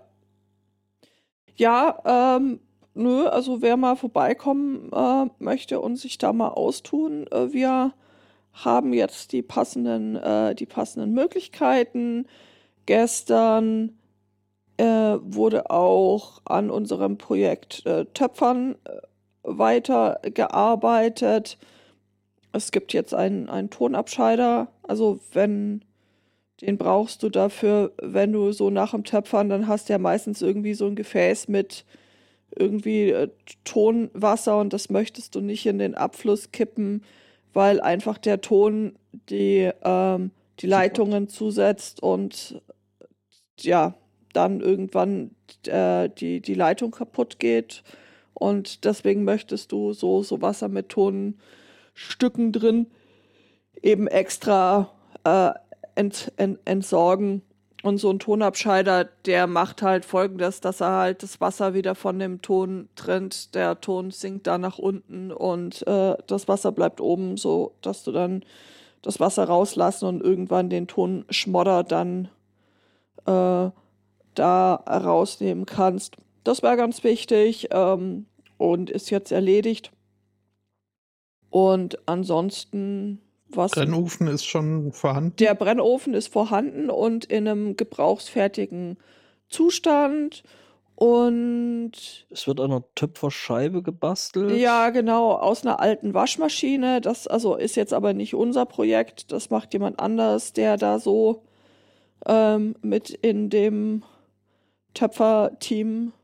Ja, nö, also wer mal vorbeikommen möchte und sich da mal austun, wir haben jetzt die passenden Möglichkeiten. Gestern wurde auch an unserem Projekt Töpfern weitergearbeitet. Es gibt jetzt einen Tonabscheider, also den brauchst du dafür, wenn du so nach dem Töpfern, dann hast du ja meistens irgendwie so ein Gefäß mit irgendwie Tonwasser und das möchtest du nicht in den Abfluss kippen, weil einfach der Ton die Leitungen zusetzt und ja, dann irgendwann die Leitung kaputt geht. Und deswegen möchtest du so Wasser mit Tonstücken drin eben extra entsorgen. Und so ein Tonabscheider, der macht halt Folgendes, dass er halt das Wasser wieder von dem Ton trennt. Der Ton sinkt da nach unten und das Wasser bleibt oben, so dass du dann das Wasser rauslassen und irgendwann den Tonschmodder dann da rausnehmen kannst. Das war ganz wichtig und ist jetzt erledigt. Und ansonsten, was? Brennofen ist schon vorhanden? Der Brennofen ist vorhanden und in einem gebrauchsfertigen Zustand. Und Es wird an einer Töpferscheibe gebastelt. ja, genau, aus einer alten Waschmaschine. Das also ist jetzt aber nicht unser Projekt. Das macht jemand anders, der da so mit in dem Töpferteam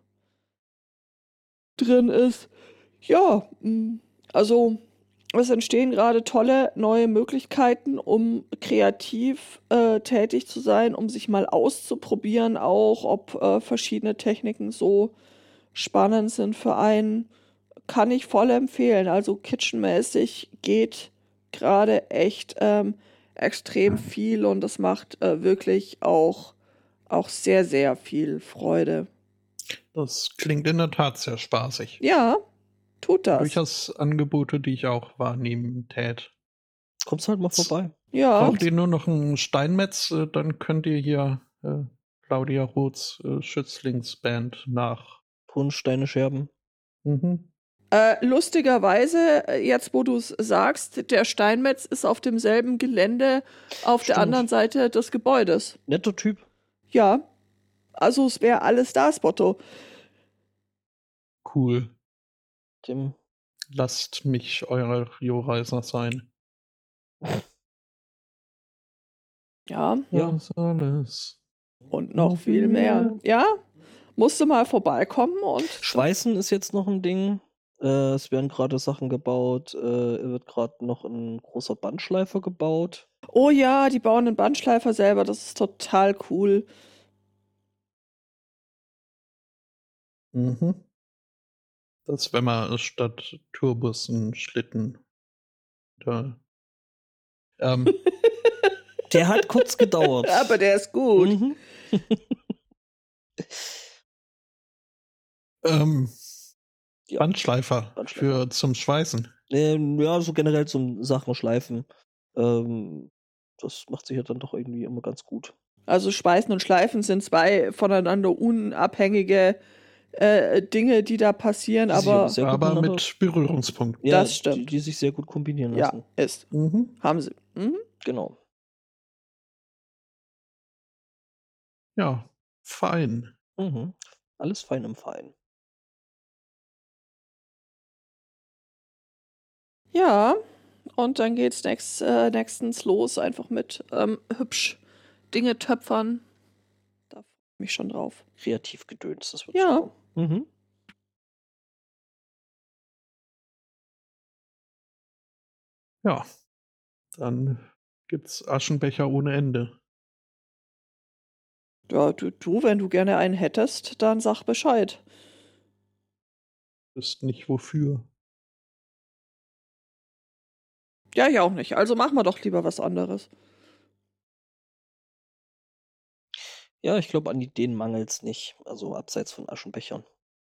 drin ist. Ja, also es entstehen gerade tolle neue Möglichkeiten, um kreativ tätig zu sein, um sich mal auszuprobieren, auch ob verschiedene Techniken so spannend sind für einen. Kann ich voll empfehlen. Also kitchenmäßig geht gerade echt extrem viel und das macht wirklich auch sehr, sehr viel Freude. Das klingt in der Tat sehr spaßig. Ja, tut das. Durchaus Angebote, die ich auch wahrnehmen tät. Kommst halt mal vorbei. Ja. Braucht ihr nur noch ein Steinmetz, dann könnt ihr hier Claudia Roths Schützlingsband nach. Tonsteine Scherben. Mhm. Lustigerweise, jetzt wo du es sagst, der Steinmetz ist auf demselben Gelände auf der anderen Seite des Gebäudes. Netter Typ. Ja, also es wäre alles da, Spotto. Cool. Dem Lasst mich euer Rio-Reiser sein. Ja. Das alles. Und noch viel mehr. Ja, musst du mal vorbeikommen und. Schweißen ist jetzt noch ein Ding. Es werden gerade Sachen gebaut. Wird gerade noch ein großer Bandschleifer gebaut. Oh ja, die bauen einen Bandschleifer selber. Das ist total cool. Mhm. Das, wenn man statt Tourbus einen Schlitten. Da. Der hat kurz gedauert. Aber der ist gut. Mhm. Ja. Bandschleifer zum Schweißen. Ja, so generell zum Sachen schleifen. Das macht sich ja dann doch irgendwie immer ganz gut. Also Schweißen und Schleifen sind zwei voneinander unabhängige Dinge, die da passieren, aber mit Berührungspunkten. Ja, das stimmt. Die sich sehr gut kombinieren lassen. Ja, ist. Haben sie. Mhm. Genau. Ja, fein. Mhm. Alles fein im Fein. Ja, und dann geht's nächstens los, einfach mit hübsch Dinge töpfern. Da freue ich mich schon drauf. Kreativgedöns, das wird Ja. super. Mhm. Ja, dann gibt's Aschenbecher ohne Ende. Ja, du, wenn du gerne einen hättest, dann sag Bescheid. Wüsste nicht wofür. Ja, ich auch nicht. Also machen wir doch lieber was anderes. Ja, ich glaube, an Ideen mangelt's nicht. Also abseits von Aschenbechern.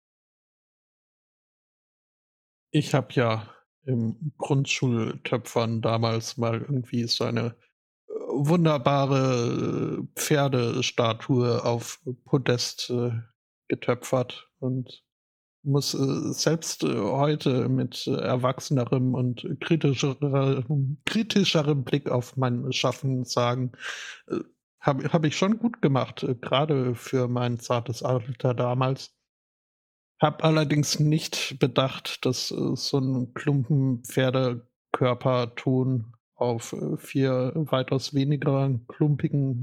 Ich habe ja im Grundschultöpfern damals mal irgendwie so eine wunderbare Pferdestatue auf Podest getöpfert und muss selbst heute mit erwachsenerem und kritischerem Blick auf mein Schaffen sagen, hab ich schon gut gemacht, gerade für mein zartes Alter damals. Hab allerdings nicht bedacht, dass so ein Klumpen Pferdekörperton auf 4 weitaus weniger klumpigen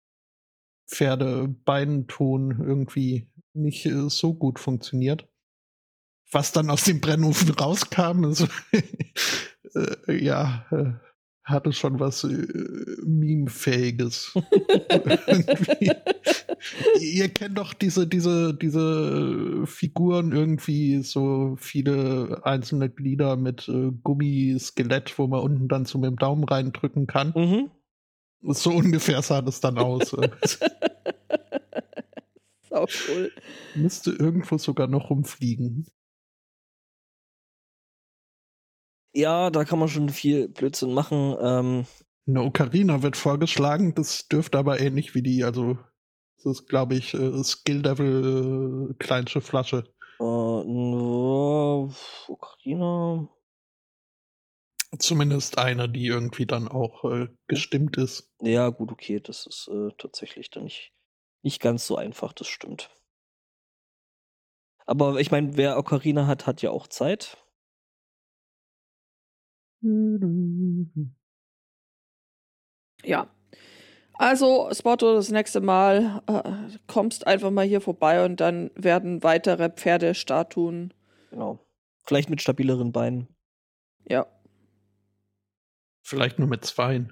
Pferdebeinton irgendwie nicht so gut funktioniert. Was dann aus dem Brennofen rauskam, also, ja, hatte schon was Meme-fähiges. Irgendwie. Ihr kennt doch diese Figuren irgendwie, so viele einzelne Glieder mit Gummiskelett, wo man unten dann so mit dem Daumen reindrücken kann. Mhm. So ungefähr sah das dann aus. Sau cool. Müsste irgendwo sogar noch rumfliegen. Ja, da kann man schon viel Blödsinn machen. Eine Ocarina wird vorgeschlagen, das dürfte aber ähnlich wie die, also das ist, glaube ich, Skill-Level kleinste Flasche. Ocarina. Zumindest eine, die irgendwie dann auch gestimmt ist. Ja, gut, okay, das ist tatsächlich dann nicht ganz so einfach, das stimmt. Aber ich meine, wer Ocarina hat, hat ja auch Zeit. Ja. Also, Spotto, das nächste Mal kommst einfach mal hier vorbei und dann werden weitere Pferdestatuen. Genau. Vielleicht mit stabileren Beinen. Ja. Vielleicht nur mit 2.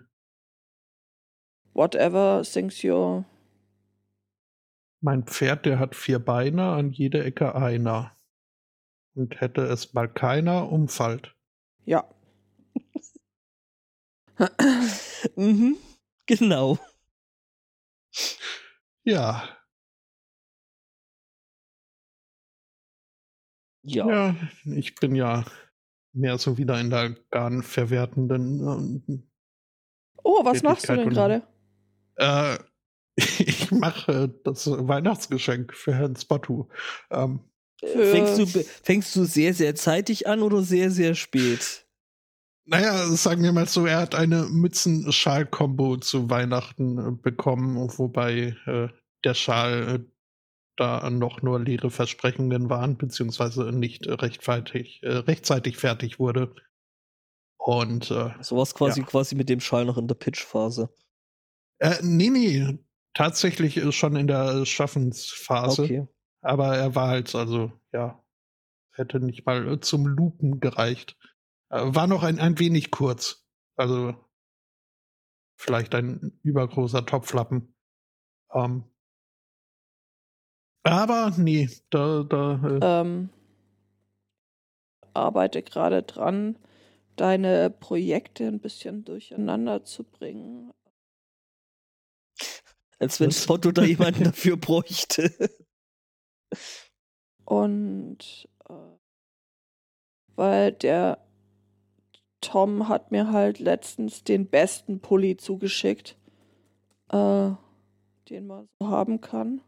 Whatever thinks you. Mein Pferd, der hat 4 Beine, an jeder Ecke einer. Und hätte es mal keiner, umfallt. Ja. Mhm. Genau. Ja. Ja. Ja, ich bin ja mehr so wieder in der garnverwertenden Oh, was machst du Tätigkeit denn und gerade? ich mache das Weihnachtsgeschenk für Herrn Spottu. Fängst du sehr, sehr zeitig an oder sehr, sehr spät? Naja, sagen wir mal so, er hat eine Mützen-Schal-Kombo zu Weihnachten bekommen, wobei der Schal da noch nur leere Versprechungen waren, beziehungsweise nicht rechtzeitig fertig wurde. Und So was quasi mit dem Schal noch in der Pitch-Phase. nee, tatsächlich ist schon in der Schaffensphase. Okay. Aber er war halt, also, ja, hätte nicht mal zum Lupen gereicht. War noch ein wenig kurz. Also, vielleicht ein übergroßer Topflappen. Aber nee, Arbeite gerade dran, deine Projekte ein bisschen durcheinander zu bringen. Als wenn Spotto da jemanden dafür bräuchte. Und weil der Tom hat mir halt letztens den besten Pulli zugeschickt, den man so haben kann.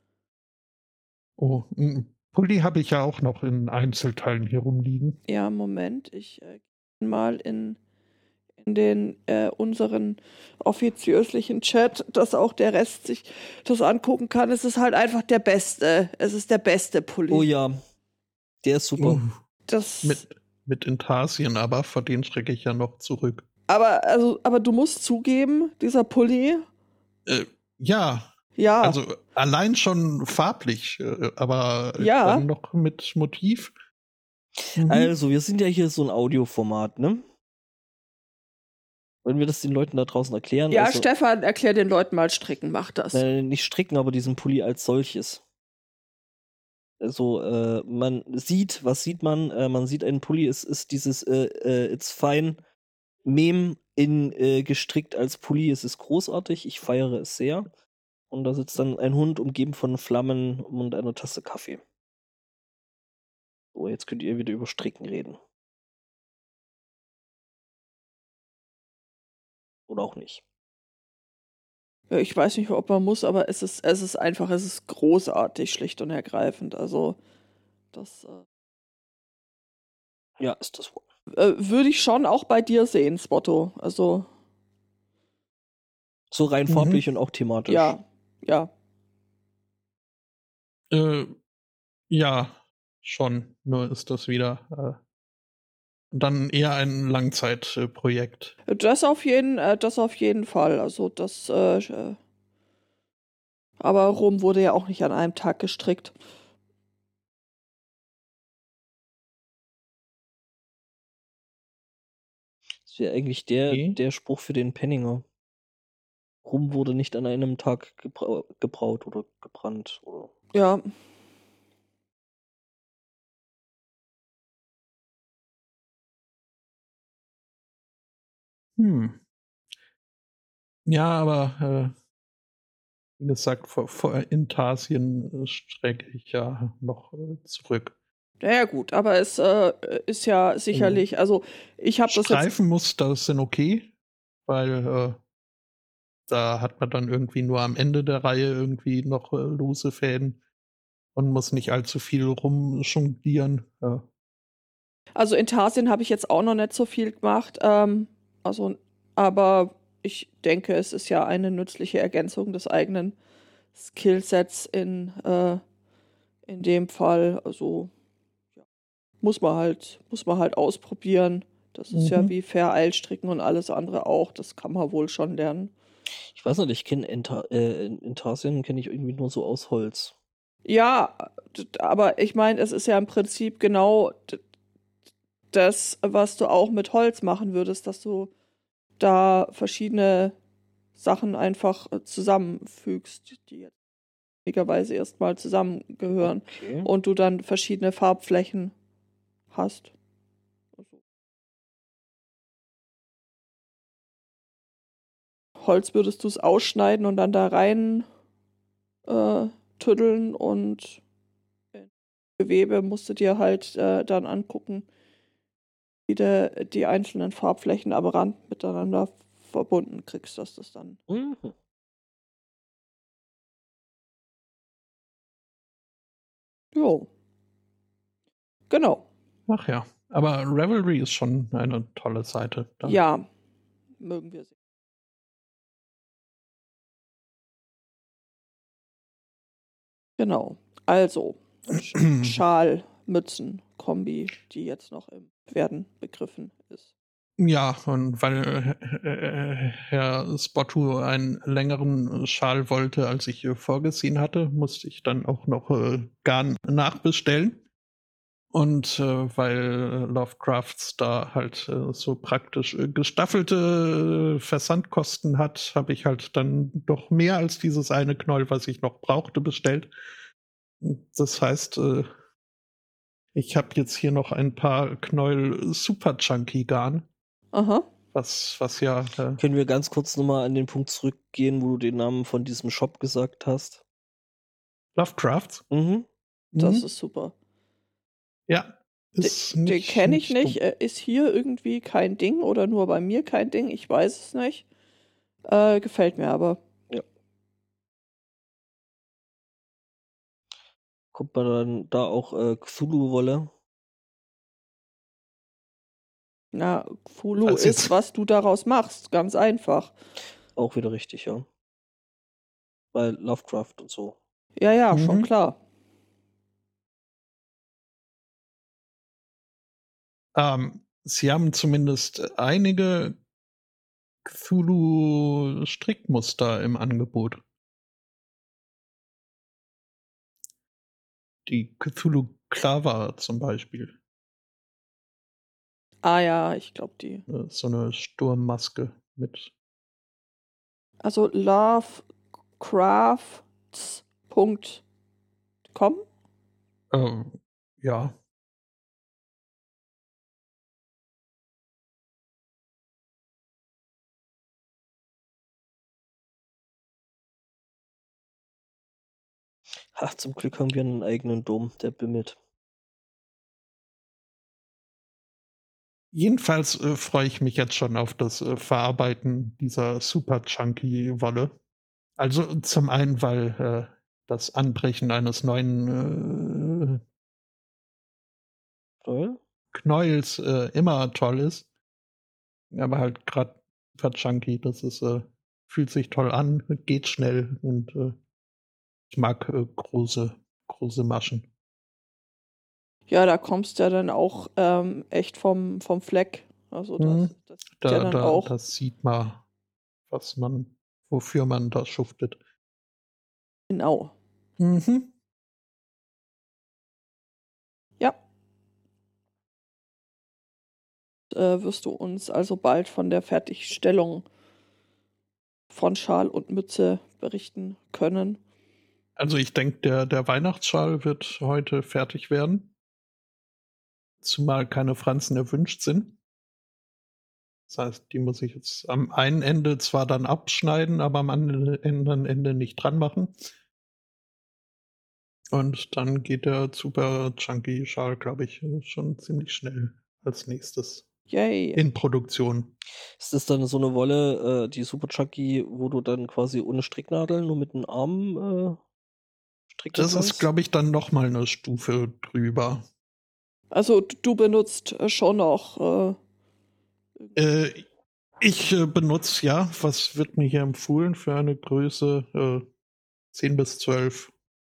Oh, Pulli habe ich ja auch noch in Einzelteilen hier rumliegen. Ja, Moment, ich gehe mal in unseren offiziöslichen Chat, dass auch der Rest sich das angucken kann. Es ist halt einfach der beste. Es ist der beste Pulli. Oh ja, der ist super. Das, Mit Intarsien, aber vor denen schrecke ich ja noch zurück. aber du musst zugeben, dieser Pulli, Ja, ja, also allein schon farblich, aber Ja. dann noch mit Motiv. Mhm. Also, wir sind ja hier so ein Audioformat, ne? Wenn wir das den Leuten da draußen erklären, ja, also, Stefan, erklär den Leuten mal stricken, mach das. nicht stricken, aber diesen Pulli als solches. Also, man sieht, was sieht man? Man sieht einen Pulli, es ist dieses It's fine Meme in gestrickt als Pulli. Es ist großartig, ich feiere es sehr. Und da sitzt dann ein Hund umgeben von Flammen und einer Tasse Kaffee. So, jetzt könnt ihr wieder über Stricken reden. Oder auch nicht. Ja, ich weiß nicht, ob man muss, aber es ist einfach, es ist großartig, schlicht und ergreifend. Also, das Ja, ist das wohl. würde ich schon auch bei dir sehen, Spotto. Also, So rein farblich und auch thematisch. ja, ja. Ja, schon. Nur ist das wieder dann eher ein Langzeitprojekt. Das auf jeden Fall. Also, aber Rom wurde ja auch nicht an einem Tag gestrickt. Das wäre eigentlich Okay. der Spruch für den Penninger. Rum wurde nicht an einem Tag gebraut oder gebrannt. Oder Ja. Ja, aber wie gesagt, vor Intarsien strecke ich ja noch zurück. Ja, gut, aber es ist ja sicherlich, also ich habe das jetzt. Streifenmuster sind okay, weil da hat man dann irgendwie nur am Ende der Reihe irgendwie noch lose Fäden und muss nicht allzu viel rumjonglieren. Also in Tarsien habe ich jetzt auch noch nicht so viel gemacht. Aber ich denke, es ist ja eine nützliche Ergänzung des eigenen Skillsets in dem Fall. Also ja, muss man halt ausprobieren. Das ist ja wie Vereilstricken und alles andere auch. Das kann man wohl schon lernen. ich weiß nicht, ich kenne Intarsien kenne ich irgendwie nur so aus Holz. Ja, aber ich meine, es ist ja im Prinzip genau das, was du auch mit Holz machen würdest, dass du da verschiedene Sachen einfach zusammenfügst, die jetzt möglicherweise erstmal zusammengehören Okay. und du dann verschiedene Farbflächen hast. Also Holz würdest du es ausschneiden und dann da rein tüddeln und Gewebe musst du dir halt dann angucken, wie du die einzelnen Farbflächen am Rand miteinander verbunden kriegst, dass das dann. Mhm. Jo. Genau. Ach ja, aber Ravelry ist schon eine tolle Seite. Da. Ja, mögen wir sie. Genau. Also, Schal-Mützen-Kombi, die jetzt noch im Werden begriffen ist. Ja, und weil Herr Spotto einen längeren Schal wollte, als ich vorgesehen hatte, musste ich dann auch noch Garn nachbestellen. Und weil Lovecrafts da halt so praktisch gestaffelte Versandkosten hat, habe ich halt dann doch mehr als dieses eine Knäuel, was ich noch brauchte, bestellt. Das heißt, ich habe jetzt hier noch ein paar Knäuel Super Chunky Garn. Aha. Was ja. Können wir ganz kurz nochmal an den Punkt zurückgehen, wo du den Namen von diesem Shop gesagt hast? Lovecrafts? Mhm. Das ist super. Ja. Ist Den nicht, kenne ich nicht. dumm. Ist hier irgendwie kein Ding oder nur bei mir kein Ding? Ich weiß es nicht. Gefällt mir aber. Ja. Kommt man dann da auch Cthulhu-Wolle? Na, Cthulhu Falls ist, jetzt- was du daraus machst. Ganz einfach. Auch wieder richtig, ja. Weil Lovecraft und so. Ja, schon Mhm. klar. Sie haben zumindest einige Cthulhu-Strickmuster im Angebot. Die Cthulhu Clava zum Beispiel. Ah ja, ich glaube die. So eine Sturmmaske mit. Also lovecrafts.com? Ja. Ha, zum Glück haben wir einen eigenen Dom, der bimmelt. Jedenfalls freue ich mich jetzt schon auf das Verarbeiten dieser super chunky Wolle. Also zum einen, weil das Anbrechen eines neuen Toll. Knäuels immer toll ist. Aber halt gerade super chunky, das ist, fühlt sich toll an, geht schnell und ich mag große Maschen. Ja, da kommst du ja dann auch echt vom Fleck. Also Mhm. das sieht ja dann auch. Das sieht man, wofür man da schuftet. Genau. Mhm. Ja. Wirst du uns also bald von der Fertigstellung von Schal und Mütze berichten können. Also ich denke, der Weihnachtsschal wird heute fertig werden. Zumal keine Franzen erwünscht sind. Das heißt, die muss ich jetzt am einen Ende zwar dann abschneiden, aber am anderen Ende nicht dran machen. Und dann geht der super chunky Schal, glaube ich, schon ziemlich schnell als nächstes Yay. in Produktion. Ist das dann so eine Wolle, die Super Chucky, wo du dann quasi ohne Stricknadeln nur mit den Armen stricken Das kannst? ist, glaube ich, dann noch mal eine Stufe drüber. Also du benutzt schon noch. Ich benutze, ja, was wird mir hier empfohlen für eine Größe 10 bis 12.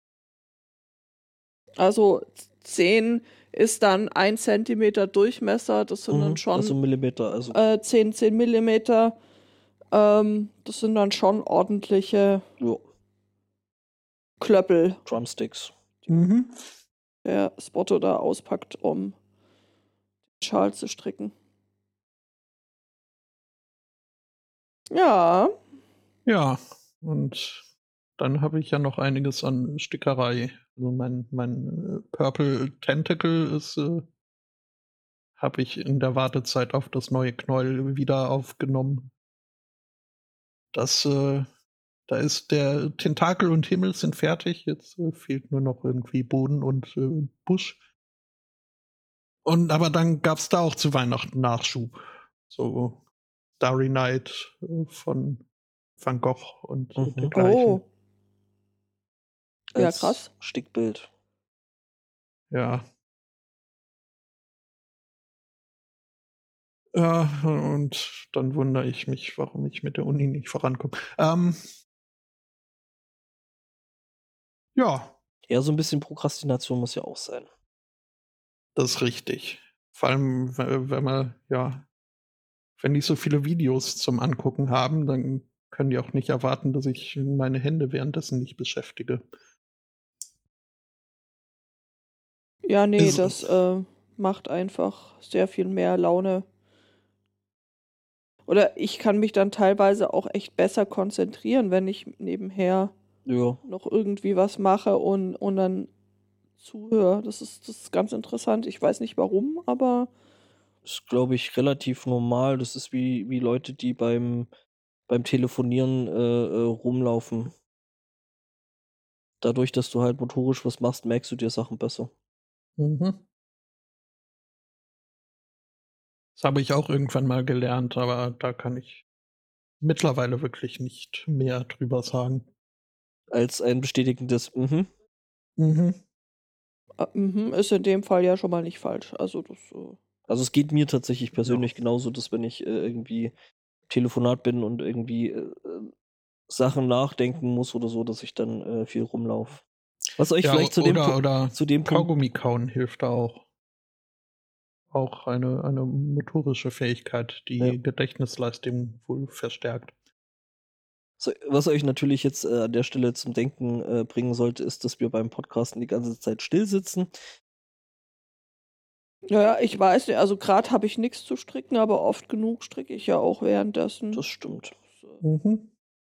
Also 10 ist dann 1 Zentimeter Durchmesser. Das sind dann schon Also Millimeter, also 10 Millimeter. Das sind dann schon ordentliche jo, Klöppel, Drumsticks. Mhm. der Spotto da auspackt, um den Schal zu stricken. Ja, Ja, und dann habe ich ja noch einiges an Stickerei. Also mein Purple Tentacle ist, habe ich in der Wartezeit auf das neue Knäuel wieder aufgenommen. Da ist der Tentakel und Himmel sind fertig. Jetzt fehlt nur noch irgendwie Boden und Busch. Aber dann gab es da auch zu Weihnachten Nachschub. So Starry Night von Van Gogh und dergleichen. oh, ja, Als krass. Stickbild. Ja. Ja, und dann wundere ich mich, warum ich mit der Uni nicht vorankomme. Ja, Ja, so ein bisschen Prokrastination muss ja auch sein. das ist richtig. Vor allem, wenn die so viele Videos zum Angucken haben, dann können die auch nicht erwarten, dass ich meine Hände währenddessen nicht beschäftige. Ja, nee, Ist- das macht einfach sehr viel mehr Laune. Oder ich kann mich dann teilweise auch echt besser konzentrieren, wenn ich nebenher Ja, noch irgendwie was mache und dann zuhöre. Das ist ganz interessant. Ich weiß nicht warum, aber ist, glaube ich, relativ normal. Das ist wie Leute, die beim Telefonieren rumlaufen. Dadurch, dass du halt motorisch was machst, merkst du dir Sachen besser. Mhm. Das habe ich auch irgendwann mal gelernt, aber da kann ich mittlerweile wirklich nicht mehr drüber sagen. Als ein bestätigendes Mhm. ist in dem Fall ja schon mal nicht falsch. Also das Also es geht mir tatsächlich persönlich genauso, dass wenn ich irgendwie Telefonat bin und irgendwie Sachen nachdenken muss oder so, dass ich dann viel rumlaufe. Was euch vielleicht zu dem Punkt. Kaugummi kauen hilft da auch. Auch eine motorische Fähigkeit, die Gedächtnisleistung wohl verstärkt. So, was euch natürlich jetzt an der Stelle zum Denken bringen sollte, ist, dass wir beim Podcasten die ganze Zeit still sitzen. Ja, ich weiß nicht, also gerade habe ich nichts zu stricken, aber oft genug stricke ich ja auch währenddessen. Das stimmt. Mhm.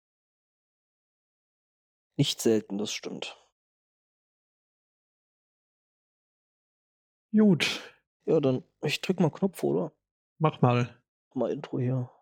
Nicht selten, das stimmt. Gut. Ja, dann, ich drück mal Knopf, oder? Mach mal. Mal Intro hier.